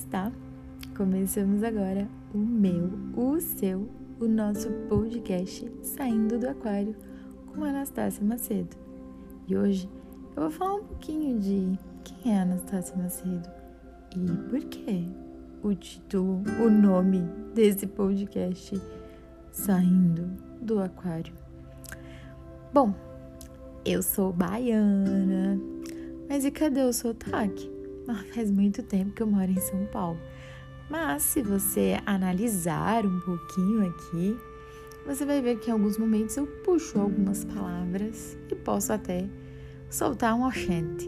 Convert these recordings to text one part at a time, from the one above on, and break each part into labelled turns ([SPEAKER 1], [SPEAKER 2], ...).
[SPEAKER 1] está? Começamos agora o meu, o seu, o nosso podcast Saindo do Aquário com a Anastácia Macedo. E hoje eu vou falar um pouquinho de quem é a Anastácia Macedo e por que o título, o nome desse podcast Saindo do Aquário. Bom, eu sou baiana, mas e cadê o sotaque? Faz muito tempo que eu moro em São Paulo. Mas se você analisar um pouquinho aqui, você vai ver que em alguns momentos eu puxo algumas palavras e posso até soltar um oxente.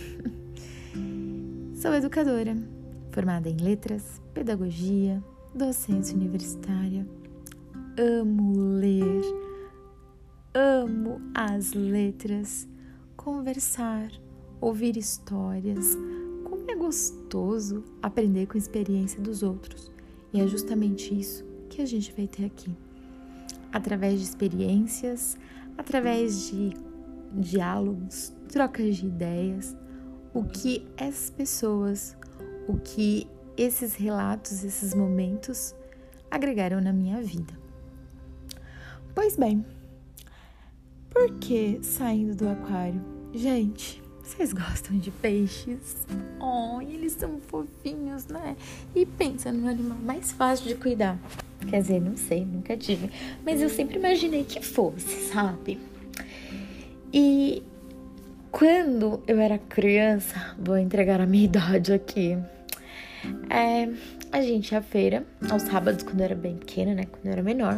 [SPEAKER 1] Sou educadora, formada em letras, pedagogia, docência universitária. Amo ler, amo as letras, conversar, ouvir histórias. Como é gostoso aprender com a experiência dos outros. E é justamente isso que a gente vai ter aqui. Através de experiências, através de diálogos, trocas de ideias, o que essas pessoas, o que esses relatos, esses momentos agregaram na minha vida. Pois bem, por que saindo do aquário? Gente, vocês gostam de peixes? Eles são fofinhos, né? E pensa no animal mais fácil de cuidar. Quer dizer, não sei, nunca tive. Mas eu sempre imaginei que fosse, sabe? E quando eu era criança, vou entregar a minha idade aqui. A gente ia à feira, aos sábados, quando eu era bem pequena, né? Quando eu era menor.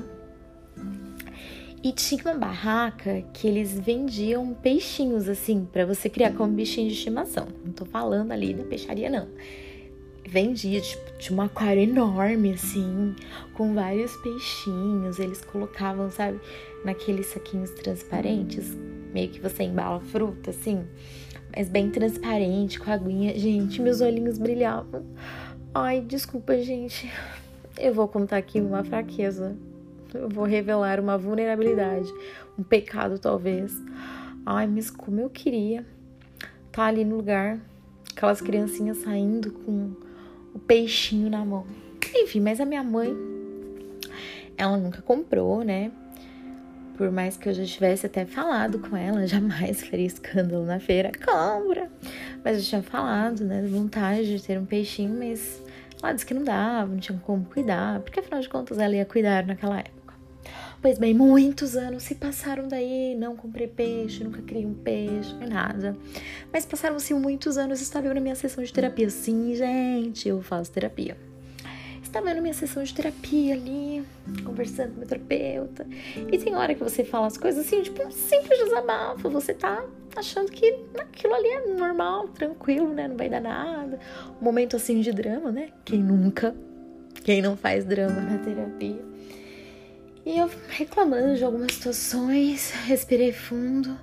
[SPEAKER 1] E tinha uma barraca que eles vendiam peixinhos, assim, pra você criar como bichinho de estimação. Não tô falando ali da peixaria, não. Vendia, tipo, tinha um aquário enorme, assim, com vários peixinhos. Eles colocavam, sabe, naqueles saquinhos transparentes, meio que você embala fruta, assim, mas bem transparente, com a aguinha. Gente, meus olhinhos brilhavam. Ai, desculpa, gente. Eu vou contar aqui uma fraqueza. Eu vou revelar uma vulnerabilidade, um pecado talvez. Ai, mas como eu queria estar ali no lugar, aquelas criancinhas saindo com o peixinho na mão. Enfim, mas a minha mãe, ela nunca comprou, né? Por mais que eu já tivesse até falado com ela, jamais faria escândalo na feira. Compra! Mas eu tinha falado, né, da vontade de ter um peixinho, mas ela disse que não dava, não tinha como cuidar, porque afinal de contas ela ia cuidar naquela época. Pois bem, muitos anos se passaram daí, não comprei peixe, nunca criei um peixe, nem nada. Mas passaram-se muitos anos, estava eu na minha sessão de terapia. Sim, gente, eu faço terapia. Estava eu na minha sessão de terapia ali, conversando com o meu terapeuta. E tem hora que você fala as coisas assim, tipo um simples desabafo. Você tá achando que aquilo ali é normal, tranquilo, né? Não vai dar nada. Um momento assim de drama, né? Quem não faz drama na terapia? E eu reclamando de algumas situações, respirei fundo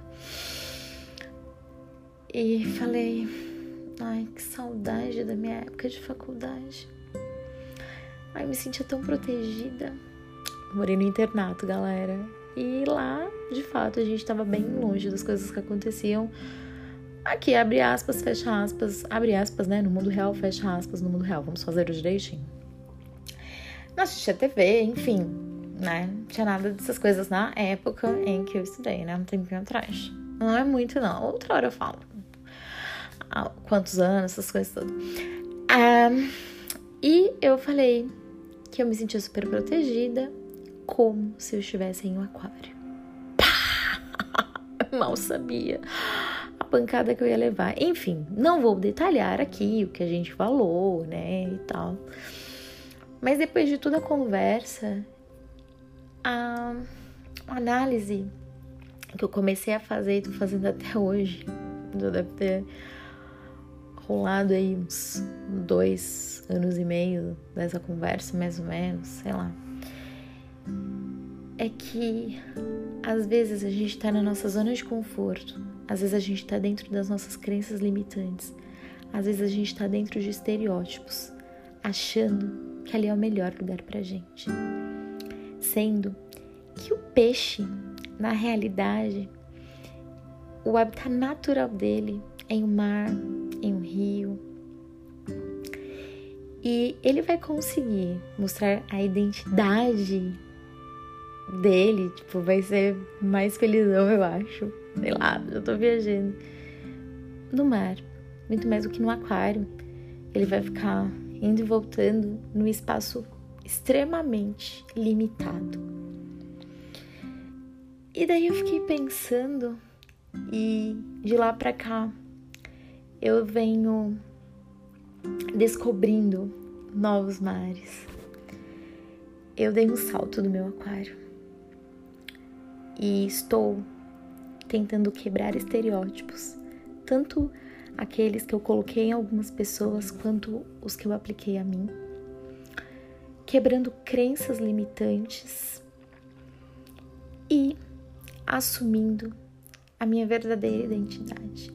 [SPEAKER 1] e falei, ai, que saudade da minha época de faculdade. Ai, me sentia tão protegida. Morei no internato, galera. E lá, de fato, a gente tava bem longe das coisas que aconteciam. Aqui, abre aspas, fecha aspas. Abre aspas, né? No mundo real, fecha aspas. No mundo real, vamos fazer o direitinho. Não assistia TV, enfim, né? Não tinha nada dessas coisas na época em que eu estudei, né? Um tempinho atrás. Não é muito, não. Outra hora eu falo. Quantos anos, essas coisas todas. E eu falei que eu me sentia super protegida, como se eu estivesse em um aquário. Mal sabia a pancada que eu ia levar. Enfim, não vou detalhar aqui o que a gente falou, né, e tal. Mas depois de toda a conversa, a análise que eu comecei a fazer e tô fazendo até hoje, já deve ter rolado aí uns 2 anos e meio dessa conversa, mais ou menos, sei lá. É que às vezes a gente tá na nossa zona de conforto, às vezes a gente tá dentro das nossas crenças limitantes, às vezes a gente tá dentro de estereótipos, achando que ali é o melhor lugar pra gente. Sendo que o peixe, na realidade, o habitat natural dele é em um mar, em um rio. E ele vai conseguir mostrar a identidade dele, tipo, vai ser mais felizão, eu acho. Sei lá, eu tô viajando. No mar, muito mais do que no aquário. Ele vai ficar indo e voltando num espaço extremamente limitado. E daí eu fiquei pensando, e de lá pra cá eu venho descobrindo novos mares. Eu dei um salto do meu aquário e estou tentando quebrar estereótipos, tanto aqueles que eu coloquei em algumas pessoas quanto os que eu apliquei a mim, quebrando crenças limitantes e assumindo a minha verdadeira identidade.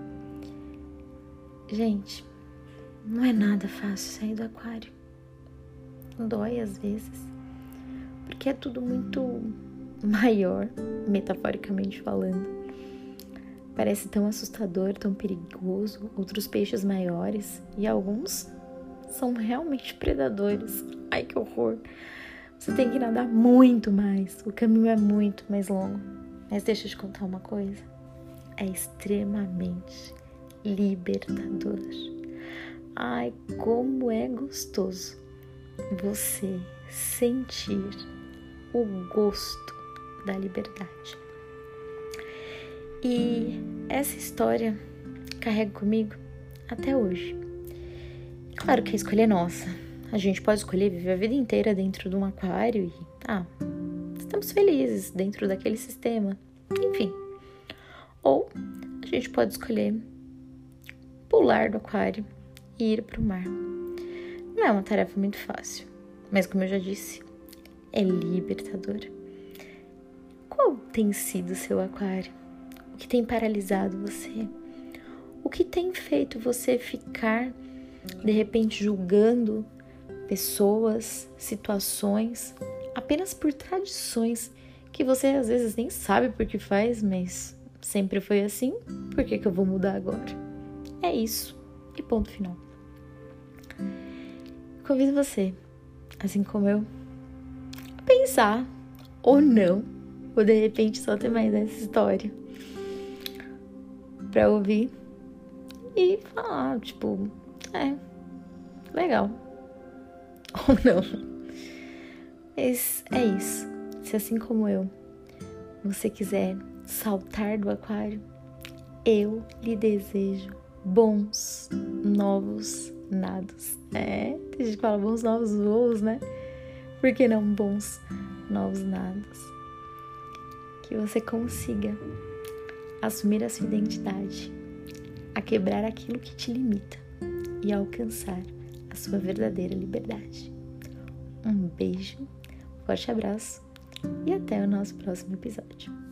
[SPEAKER 1] Gente, não é nada fácil sair do aquário. Dói às vezes, porque é tudo muito maior, metaforicamente falando. Parece tão assustador, tão perigoso, outros peixes maiores, e alguns são realmente predadores. Ai, que horror! Você tem que nadar muito mais, o caminho é muito mais longo. Mas deixa eu te contar uma coisa, é extremamente libertador. Ai, como é gostoso você sentir o gosto da liberdade. E essa história carrego comigo até hoje. Claro que a escolha é nossa. A gente pode escolher viver a vida inteira dentro de um aquário e estamos felizes dentro daquele sistema. Enfim. Ou a gente pode escolher pular do aquário e ir para o mar. Não é uma tarefa muito fácil, mas como eu já disse, é libertador. Qual tem sido o seu aquário? O que tem paralisado você? O que tem feito você ficar, de repente, julgando pessoas, situações, apenas por tradições que você às vezes nem sabe por que faz, mas sempre foi assim, por que eu vou mudar agora? É isso, e ponto final. Convido você, assim como eu, a pensar, ou não, ou de repente só ter mais essa história pra ouvir e falar, tipo, legal. Ou não. Mas é isso. Se assim como eu, você quiser saltar do aquário, eu lhe desejo bons novos nados. Tem gente que fala bons novos voos, né? Por que não bons novos nados? Que você consiga assumir a sua identidade, a quebrar aquilo que te limita e alcançar a sua verdadeira liberdade. Um beijo, forte abraço e até o nosso próximo episódio.